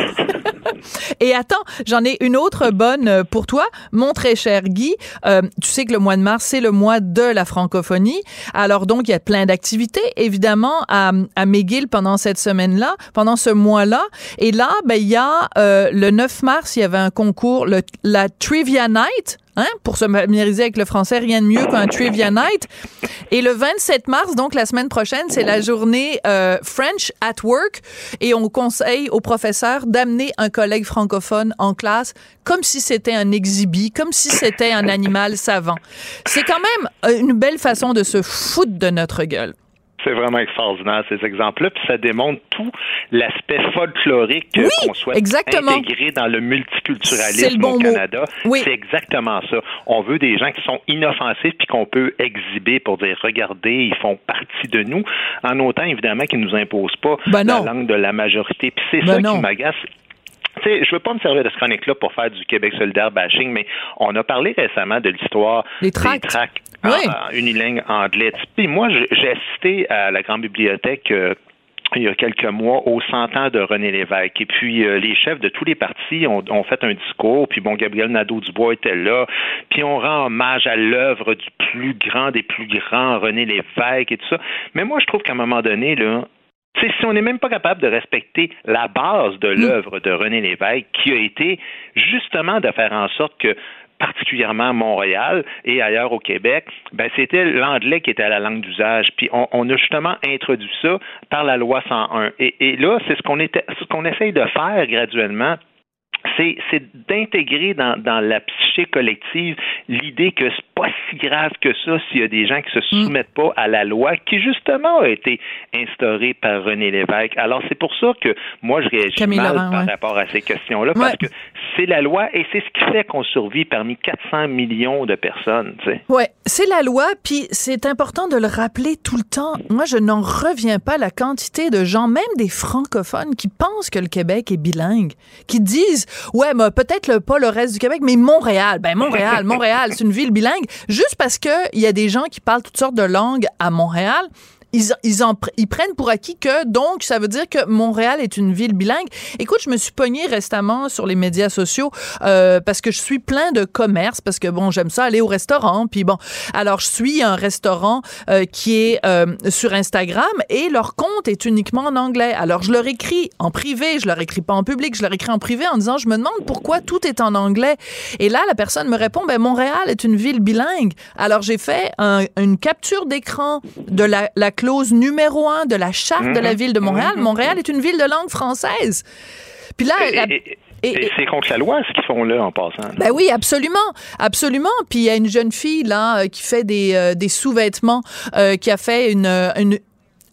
Et attends, j'en ai une autre bonne pour toi. Mon très cher Guy, euh, tu sais que le mois de mars, c'est le mois de la francophonie. Alors donc, il y a plein d'activités, évidemment, à, à McGill pendant cette semaine-là, pendant ce mois-là. Et là, ben, il y a euh, le neuf mars, il y avait un concours, le, la Trivia Night. Hein, pour se familiariser avec le français, rien de mieux qu'un Trivia Night. Et le vingt-sept mars, donc la semaine prochaine, c'est la journée euh, French at Work. Et on conseille aux professeurs d'amener un collègue francophone en classe comme si c'était un exhibit, comme si c'était un animal savant. C'est quand même une belle façon de se foutre de notre gueule. C'est vraiment extraordinaire, ces exemples-là, puis ça démontre tout l'aspect folklorique oui, qu'on souhaite exactement. intégrer dans le multiculturalisme le bon au Canada. Oui. C'est exactement ça. On veut des gens qui sont inoffensifs puis qu'on peut exhiber pour dire, regardez, ils font partie de nous, en autant, évidemment, qu'ils ne nous imposent pas ben la langue de la majorité. Puis c'est ben ça non. qui m'agace. Tu sais, je veux pas me servir de ce chronique-là pour faire du Québec solidaire bashing, mais on a parlé récemment de l'histoire des tracts, des tracts oui. en, en unilingue anglais. Puis moi, j'ai assisté à la Grande Bibliothèque euh, il y a quelques mois au cent ans de René Lévesque. Et puis, euh, les chefs de tous les partis ont, ont fait un discours, puis bon, Gabriel Nadeau-Dubois était là, puis on rend hommage à l'œuvre du plus grand des plus grands, René Lévesque et tout ça. Mais moi, je trouve qu'à un moment donné, là, t'sais, si on n'est même pas capable de respecter la base de l'œuvre de René Lévesque, qui a été justement de faire en sorte que, particulièrement à Montréal et ailleurs au Québec, ben c'était l'anglais qui était la langue d'usage. Puis on, on a justement introduit ça par la loi cent un. Et, et là, c'est ce qu'on était, ce qu'on essaye de faire graduellement. C'est, c'est d'intégrer dans, dans la psyché collective l'idée que c'est pas si grave que ça s'il y a des gens qui se soumettent pas à la loi qui, justement, a été instaurée par René Lévesque. Alors, c'est pour ça que moi, je réagis Camille mal Laurent, par ouais. rapport à ces questions-là, parce ouais. que c'est la loi et c'est ce qui fait qu'on survit parmi quatre cents millions de personnes, tu sais. Ouais, c'est la loi, puis c'est important de le rappeler tout le temps. Moi, je n'en reviens pas la quantité de gens, même des francophones, qui pensent que le Québec est bilingue, qui disent ouais, mais peut-être le, pas le reste du Québec, mais Montréal. Ben, Montréal, Montréal, c'est une ville bilingue. Juste parce que il y a des gens qui parlent toutes sortes de langues à Montréal, Ils, ils, en, ils prennent pour acquis que, donc, ça veut dire que Montréal est une ville bilingue. Écoute, je me suis pognée récemment sur les médias sociaux euh, parce que je suis plein de commerces, parce que, bon, j'aime ça aller au restaurant. Puis bon, alors, je suis un restaurant euh, qui est euh, sur Instagram et leur compte est uniquement en anglais. Alors, je leur écris en privé, je leur écris pas en public, je leur écris en privé en disant, je me demande pourquoi tout est en anglais. Et là, la personne me répond, ben, Montréal est une ville bilingue. Alors, j'ai fait un, une capture d'écran de la, la clause numéro un de la charte mmh. de la ville de Montréal. Mmh. Montréal est une ville de langue française. Puis là, et, la, et, et, et c'est contre la loi ce qu'ils font là en passant. Là. Ben oui, absolument, absolument. Puis il y a une jeune fille là qui fait des euh, des sous-vêtements, euh, qui a fait une une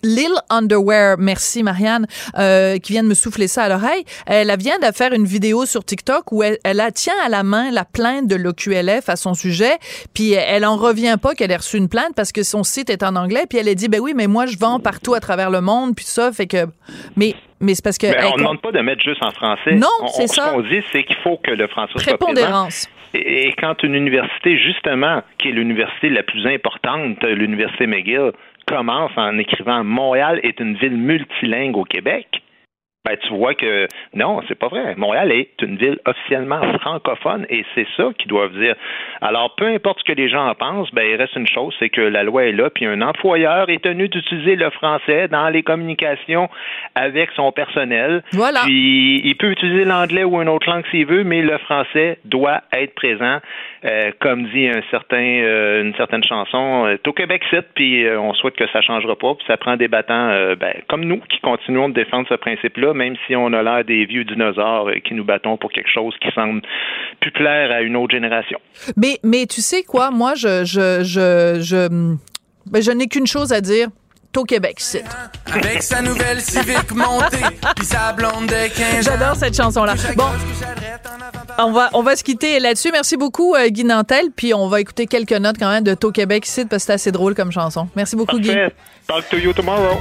Lil Underwear, merci Marianne, euh, qui vient de me souffler ça à l'oreille. Elle, elle vient de faire une vidéo sur TikTok où elle, elle a, tient à la main la plainte de l'O Q L F à son sujet, puis elle en revient pas qu'elle ait reçu une plainte parce que son site est en anglais, puis elle a dit, ben oui, mais moi je vends partout à travers le monde, puis ça, fait que... Mais... Mais c'est parce que... Mais on ne elle... demande pas de mettre juste en français. Non, on, c'est on, ça. Ce qu'on dit, c'est qu'il faut que le français soit présent. Prépondérance. Et, et quand une université, justement, qui est l'université la plus importante, l'université McGill, commence en écrivant « Montréal est une ville multilingue au Québec », ben, tu vois que non, c'est pas vrai. Montréal est une ville officiellement francophone et c'est ça qu'ils doivent dire. Alors, peu importe ce que les gens en pensent, ben, il reste une chose, c'est que la loi est là, puis un employeur est tenu d'utiliser le français dans les communications avec son personnel. Voilà. Puis, il peut utiliser l'anglais ou une autre langue s'il veut, mais le français doit être présent. Euh, comme dit un certain, euh, une certaine chanson, euh, au Québec site, puis euh, on souhaite que ça changera pas, puis ça prend des battants euh, ben, comme nous qui continuons de défendre ce principe-là, même si on a l'air des vieux dinosaures euh, qui nous battons pour quelque chose qui semble plus plaire à une autre génération. Mais, mais tu sais quoi, moi, je, je, je, je, ben, je n'ai qu'une chose à dire. Au Québec, c'est. Avec sa nouvelle Civic montée, puis sa blonde de quinze ans. J'adore cette chanson-là. Bon, on va, on va se quitter là-dessus. Merci beaucoup, euh, Guy Nantel, puis on va écouter quelques notes quand même de Tau Québec ici, parce que c'est assez drôle comme chanson. Merci beaucoup, Parfait. Guy. Talk to you tomorrow.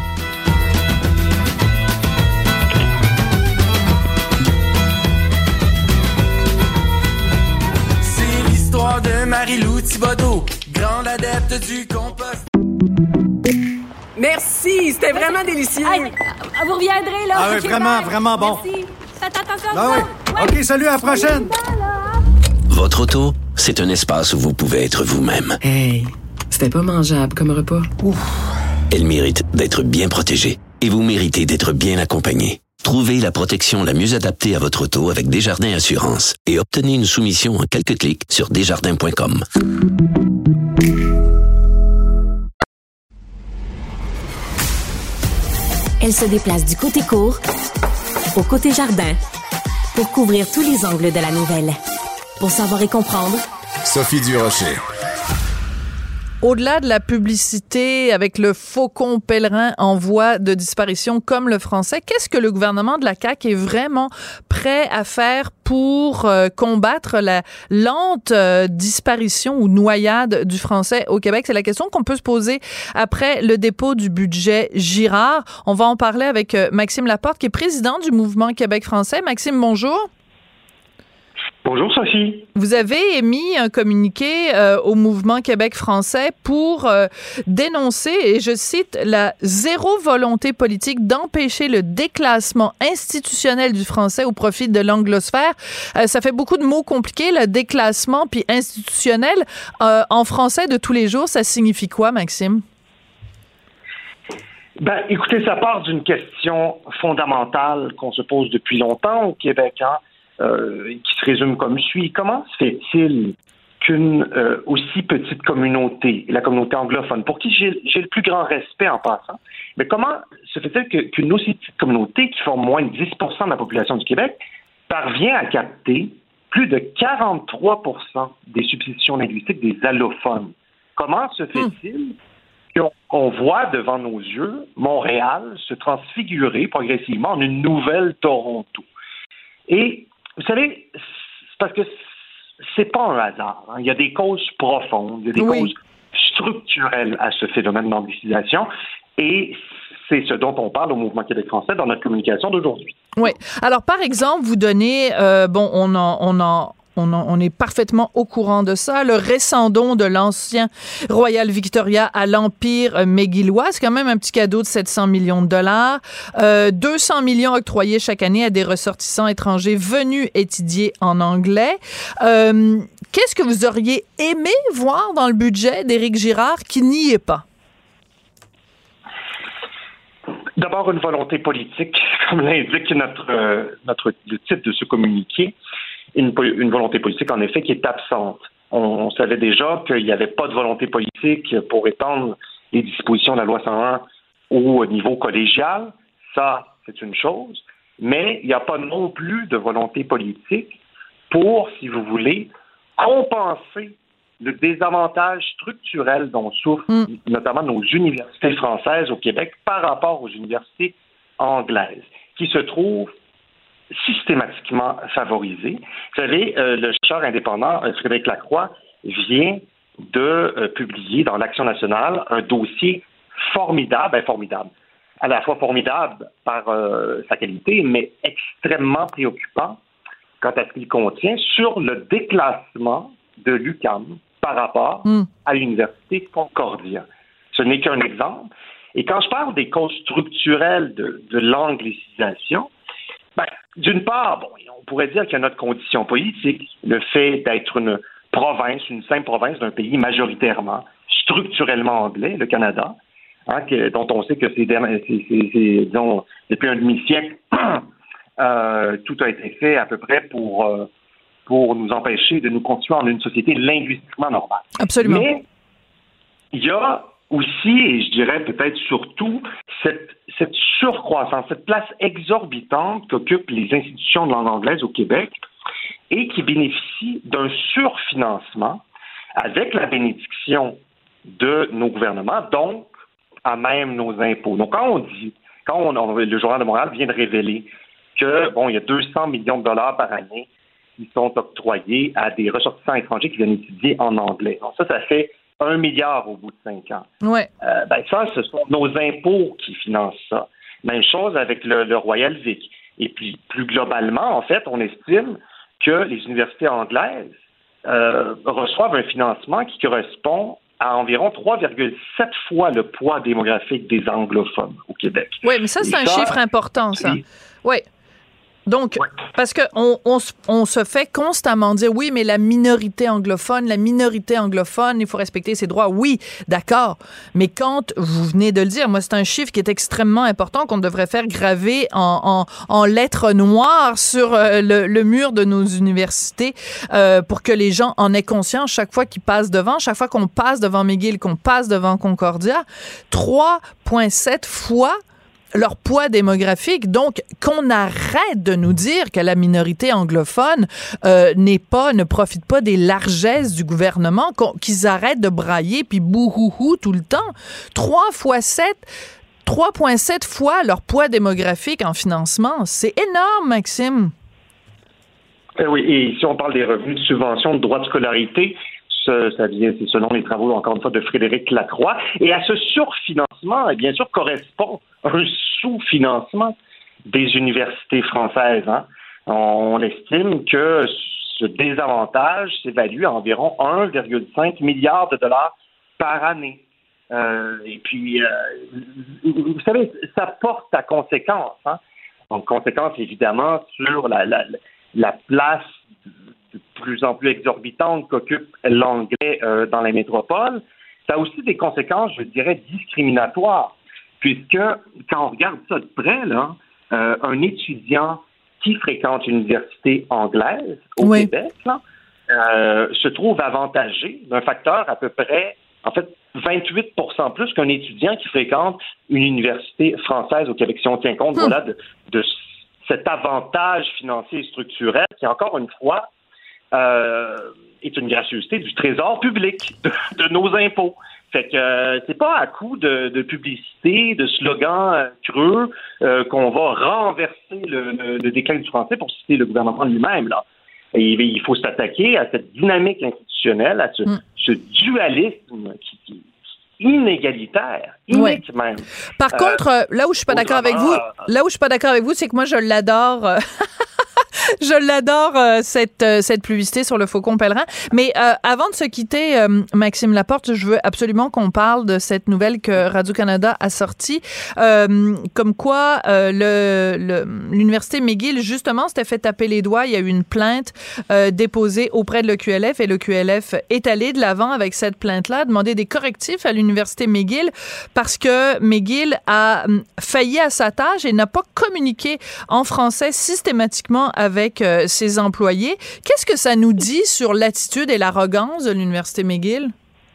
C'est l'histoire de Marie-Lou Thibodeau, grande adepte du compost. Merci, c'était vraiment délicieux. Hey, vous reviendrez, là. Ah oui, Ok, vraiment, bye. vraiment bon. Merci. Faites attention à Ah vous oui. autres. Ouais. OK, salut, à la prochaine. Votre auto, c'est un espace où vous pouvez être vous-même. Hey, c'était pas mangeable comme repas. Ouf. Elle mérite d'être bien protégée et vous méritez d'être bien accompagnée. Trouvez la protection la mieux adaptée à votre auto avec Desjardins Assurance et obtenez une soumission en quelques clics sur desjardins point com. Elle se déplace du côté court au côté jardin pour couvrir tous les angles de la nouvelle. Pour savoir et comprendre, Sophie Durocher. Au-delà de la publicité avec le faucon pèlerin en voie de disparition comme le français, qu'est-ce que le gouvernement de la C A Q est vraiment prêt à faire pour euh, combattre la lente euh, disparition ou noyade du français au Québec? C'est la question qu'on peut se poser après le dépôt du budget Girard. On va en parler avec euh, Maxime Laporte, qui est président du mouvement Québec français. Maxime, bonjour. Bonjour Sophie. Vous avez émis un communiqué euh, au mouvement Québec français pour euh, dénoncer, et je cite, la zéro volonté politique d'empêcher le déclassement institutionnel du français au profit de l'anglosphère. Euh, ça fait beaucoup de mots compliqués, le déclassement puis institutionnel. Euh, en français de tous les jours, ça signifie quoi, Maxime? Ben, écoutez, ça part d'une question fondamentale qu'on se pose depuis longtemps au Québec, hein? Euh, qui se résume comme suit. Comment se fait-il qu'une euh, aussi petite communauté, la communauté anglophone, pour qui j'ai, j'ai le plus grand respect en passant, mais comment se fait-il que, qu'une aussi petite communauté, qui forme moins de dix pour cent de la population du Québec, parvient à capter plus de quarante-trois pour cent des substitutions linguistiques des allophones? Comment se fait-il qu'on, qu'on voit devant nos yeux Montréal se transfigurer progressivement en une nouvelle Toronto? Et vous savez, c'est parce que c'est pas un hasard. Hein. Il y a des causes profondes, il y a des oui. causes structurelles à ce phénomène d'anglicisation, et c'est ce dont on parle au Mouvement Québec français dans notre communication d'aujourd'hui. Oui. Alors, par exemple, vous donnez, euh, bon, on en, on en On, en, on est parfaitement au courant de ça. Le récendon de l'ancien Royal Victoria à l'Empire McGillois, c'est quand même un petit cadeau de sept cents millions de dollars. Euh, deux cents millions octroyés chaque année à des ressortissants étrangers venus étudier en anglais. Euh, qu'est-ce que vous auriez aimé voir dans le budget d'Éric Girard qui n'y est pas? D'abord, une volonté politique, comme l'indique notre, euh, notre, le titre de ce communiqué. Une, une volonté politique, en effet, qui est absente. On, on savait déjà qu'il n'y avait pas de volonté politique pour étendre les dispositions de la loi cent un au niveau collégial. Ça, c'est une chose. Mais il n'y a pas non plus de volonté politique pour, si vous voulez, compenser le désavantage structurel dont souffrent mm. notamment nos universités françaises au Québec par rapport aux universités anglaises, qui se trouvent systématiquement favorisées. Vous savez, euh, le chercheur indépendant euh, Frédéric Lacroix vient de euh, publier dans l'Action nationale un dossier formidable, ben formidable, à la fois formidable par euh, sa qualité, mais extrêmement préoccupant quant à ce qu'il contient sur le déclassement de l'U Q A M par rapport mm. à l'Université Concordia. Ce n'est qu'un exemple. Et quand je parle des causes structurelles de, de l'anglicisation, ben, d'une part, bon, on pourrait dire qu'il y a notre condition politique, le fait d'être une province, une simple province d'un pays majoritairement, structurellement anglais, le Canada, hein, que, dont on sait que c'est, c'est, c'est, c'est disons, depuis un demi-siècle, euh, tout a été fait à peu près pour, euh, pour nous empêcher de nous constituer en une société linguistiquement normale. Absolument. Mais il y a aussi, et je dirais peut-être surtout, cette, cette surcroissance, cette place exorbitante qu'occupent les institutions de langue anglaise au Québec et qui bénéficient d'un surfinancement avec la bénédiction de nos gouvernements, donc à même nos impôts. Donc quand on dit, quand on, on, le Journal de Montréal vient de révéler que bon, il y a deux cents millions de dollars par année qui sont octroyés à des ressortissants étrangers qui viennent étudier en anglais. Donc ça, ça fait un milliard au bout de cinq ans. Ouais. Euh, ben ça, ce sont nos impôts qui financent ça. Même chose avec le, le Royal Vic. Et puis, plus globalement, en fait, on estime que les universités anglaises euh, reçoivent un financement qui correspond à environ trois virgule sept fois le poids démographique des anglophones au Québec. Oui, mais ça, c'est Et un ça, chiffre important, ça. Oui. Donc, ouais. parce que on, on, on se fait constamment dire, oui, mais la minorité anglophone, la minorité anglophone, il faut respecter ses droits. Oui, d'accord. Mais quand, vous venez de le dire, moi, c'est un chiffre qui est extrêmement important qu'on devrait faire graver en, en, en lettres noires sur euh, le, le mur de nos universités euh, pour que les gens en aient conscience chaque fois qu'ils passent devant, chaque fois qu'on passe devant McGill, qu'on passe devant Concordia. trois virgule sept fois leur poids démographique, donc qu'on arrête de nous dire que la minorité anglophone euh, n'est pas, ne profite pas des largesses du gouvernement, qu'ils arrêtent de brailler puis bouhouhou tout le temps. Trois fois sept, trois virgule sept fois leur poids démographique en financement, c'est énorme, Maxime. Euh, oui, et si on parle des revenus de subvention de droits de scolarité, ça, ça vient, c'est selon les travaux, encore une fois, de Frédéric Lacroix. Et à ce surfinancement, bien sûr, correspond un sous-financement des universités françaises. Hein. On estime que ce désavantage s'évalue à environ un virgule cinq milliard de dollars par année. Euh, et puis, euh, vous savez, ça porte à conséquence. Hein. Donc, conséquence, évidemment, sur la, la, la place de plus en plus exorbitante qu'occupe l'anglais euh, dans la métropole. Ça a aussi des conséquences, je dirais, discriminatoires, puisque quand on regarde ça de près, là, euh, un étudiant qui fréquente une université anglaise au oui. Québec là, euh, se trouve avantagé d'un facteur à peu près, en fait, vingt-huit pour cent plus qu'un étudiant qui fréquente une université française au Québec. Si on tient compte, hum. voilà, de, de cet avantage financier et structurel qui, encore une fois, euh, est une gracieuseté du trésor public, de, de nos impôts. Fait que euh, c'est pas à coup de, de publicité, de slogans euh, creux euh, qu'on va renverser le, le, le déclin du français, pour citer le gouvernement lui-même, là. Et il faut s'attaquer à cette dynamique institutionnelle, à ce, mm. ce dualisme qui, qui inégalitaire, inique ouais. même. Par euh, contre, là où je suis pas d'accord avec vous, là où je suis pas d'accord avec vous, c'est que moi je l'adore. Euh... Je l'adore, euh, cette, euh, cette publicité sur le Faucon pèlerin. Mais euh, avant de se quitter, euh, Maxime Laporte, je veux absolument qu'on parle de cette nouvelle que Radio-Canada a sortie, euh, comme quoi euh, le, le, l'Université McGill, justement, s'était fait taper les doigts. Il y a eu une plainte euh, déposée auprès de l'E Q L F et l'E Q L F est allé de l'avant avec cette plainte-là, a demandé des correctifs à l'Université McGill parce que McGill a failli à sa tâche et n'a pas communiqué en français systématiquement avec avec euh, ses employés. Qu'est-ce que ça nous dit sur l'attitude et l'arrogance de l'Université McGill?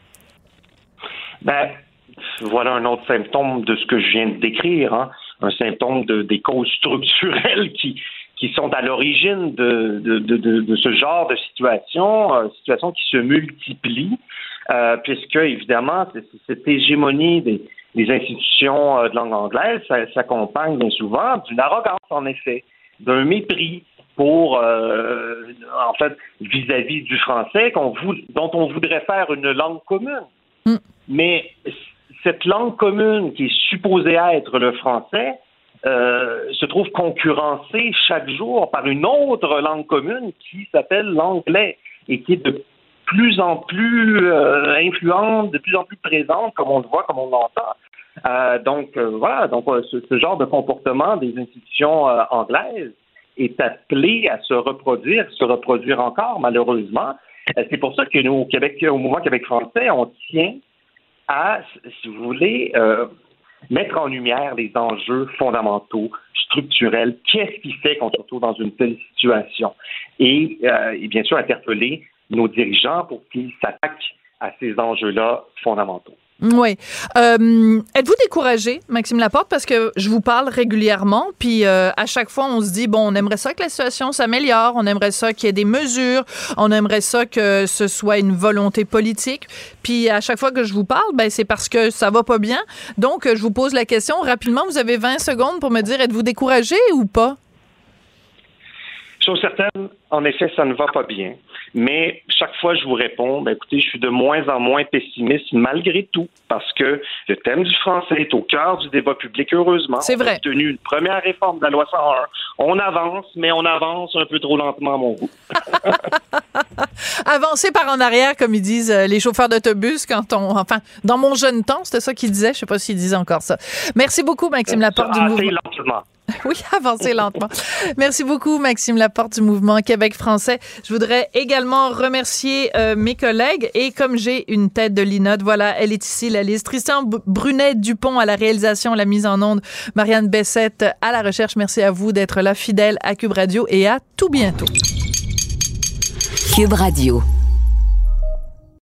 Ben, voilà un autre symptôme de ce que je viens de décrire, hein? Un symptôme de, des causes structurelles qui, qui sont à l'origine de, de, de, de, de ce genre de situation, euh, situation qui se multiplient, euh, puisque, évidemment, c'est, c'est cette hégémonie des, des institutions euh, de langue anglaise ça, s'accompagne bien souvent d'une arrogance, en effet, d'un mépris pour, euh, en fait, vis-à-vis du français qu'on vou- dont on voudrait faire une langue commune. Mm. Mais cette langue commune qui est supposée être le français euh, se trouve concurrencée chaque jour par une autre langue commune qui s'appelle l'anglais et qui est de plus en plus euh, influente, de plus en plus présente, comme on le voit, comme on l'entend. Euh, donc, euh, voilà, donc euh, ce, ce genre de comportement des institutions euh, anglaises est appelé à se reproduire, se reproduire encore, malheureusement. Euh, c'est pour ça que nous, au Québec, au Mouvement Québec français, on tient à, si vous voulez, euh, mettre en lumière les enjeux fondamentaux, structurels. Qu'est-ce qui fait qu'on se retrouve dans une telle situation? Et, euh, et bien sûr, interpeller nos dirigeants pour qu'ils s'attaquent à ces enjeux-là fondamentaux. Oui. Euh, êtes-vous découragé, Maxime Laporte, parce que je vous parle régulièrement, puis euh, à chaque fois, on se dit, bon, on aimerait ça que la situation s'améliore, on aimerait ça qu'il y ait des mesures, on aimerait ça que ce soit une volonté politique, puis à chaque fois que je vous parle, ben c'est parce que ça va pas bien. Donc, je vous pose la question rapidement, vous avez vingt secondes pour me dire, êtes-vous découragé ou pas? Chose certaine, en effet, ça ne va pas bien. Mais chaque fois, je vous réponds, ben, écoutez, je suis de moins en moins pessimiste malgré tout, parce que le thème du français est au cœur du débat public, heureusement. C'est vrai. On a obtenu une première réforme de la loi cent un. On avance, mais on avance un peu trop lentement à mon goût. Avancer par en arrière, comme ils disent les chauffeurs d'autobus, quand on, enfin, dans mon jeune temps, c'était ça qu'ils disaient. Je sais pas s'ils disaient encore ça. Merci beaucoup, Maxime Laporte du mouvement. Lentement. Oui, avancer lentement. Merci beaucoup, Maxime Laporte du Mouvement Québec français. Je voudrais également remercier euh, mes collègues et comme j'ai une tête de linotte, voilà, elle est ici, la liste. Tristan Brunet-Dupont à la réalisation, la mise en onde. Marianne Bessette à la recherche. Merci à vous d'être là, fidèle à Cube Radio et à tout bientôt. Cube Radio.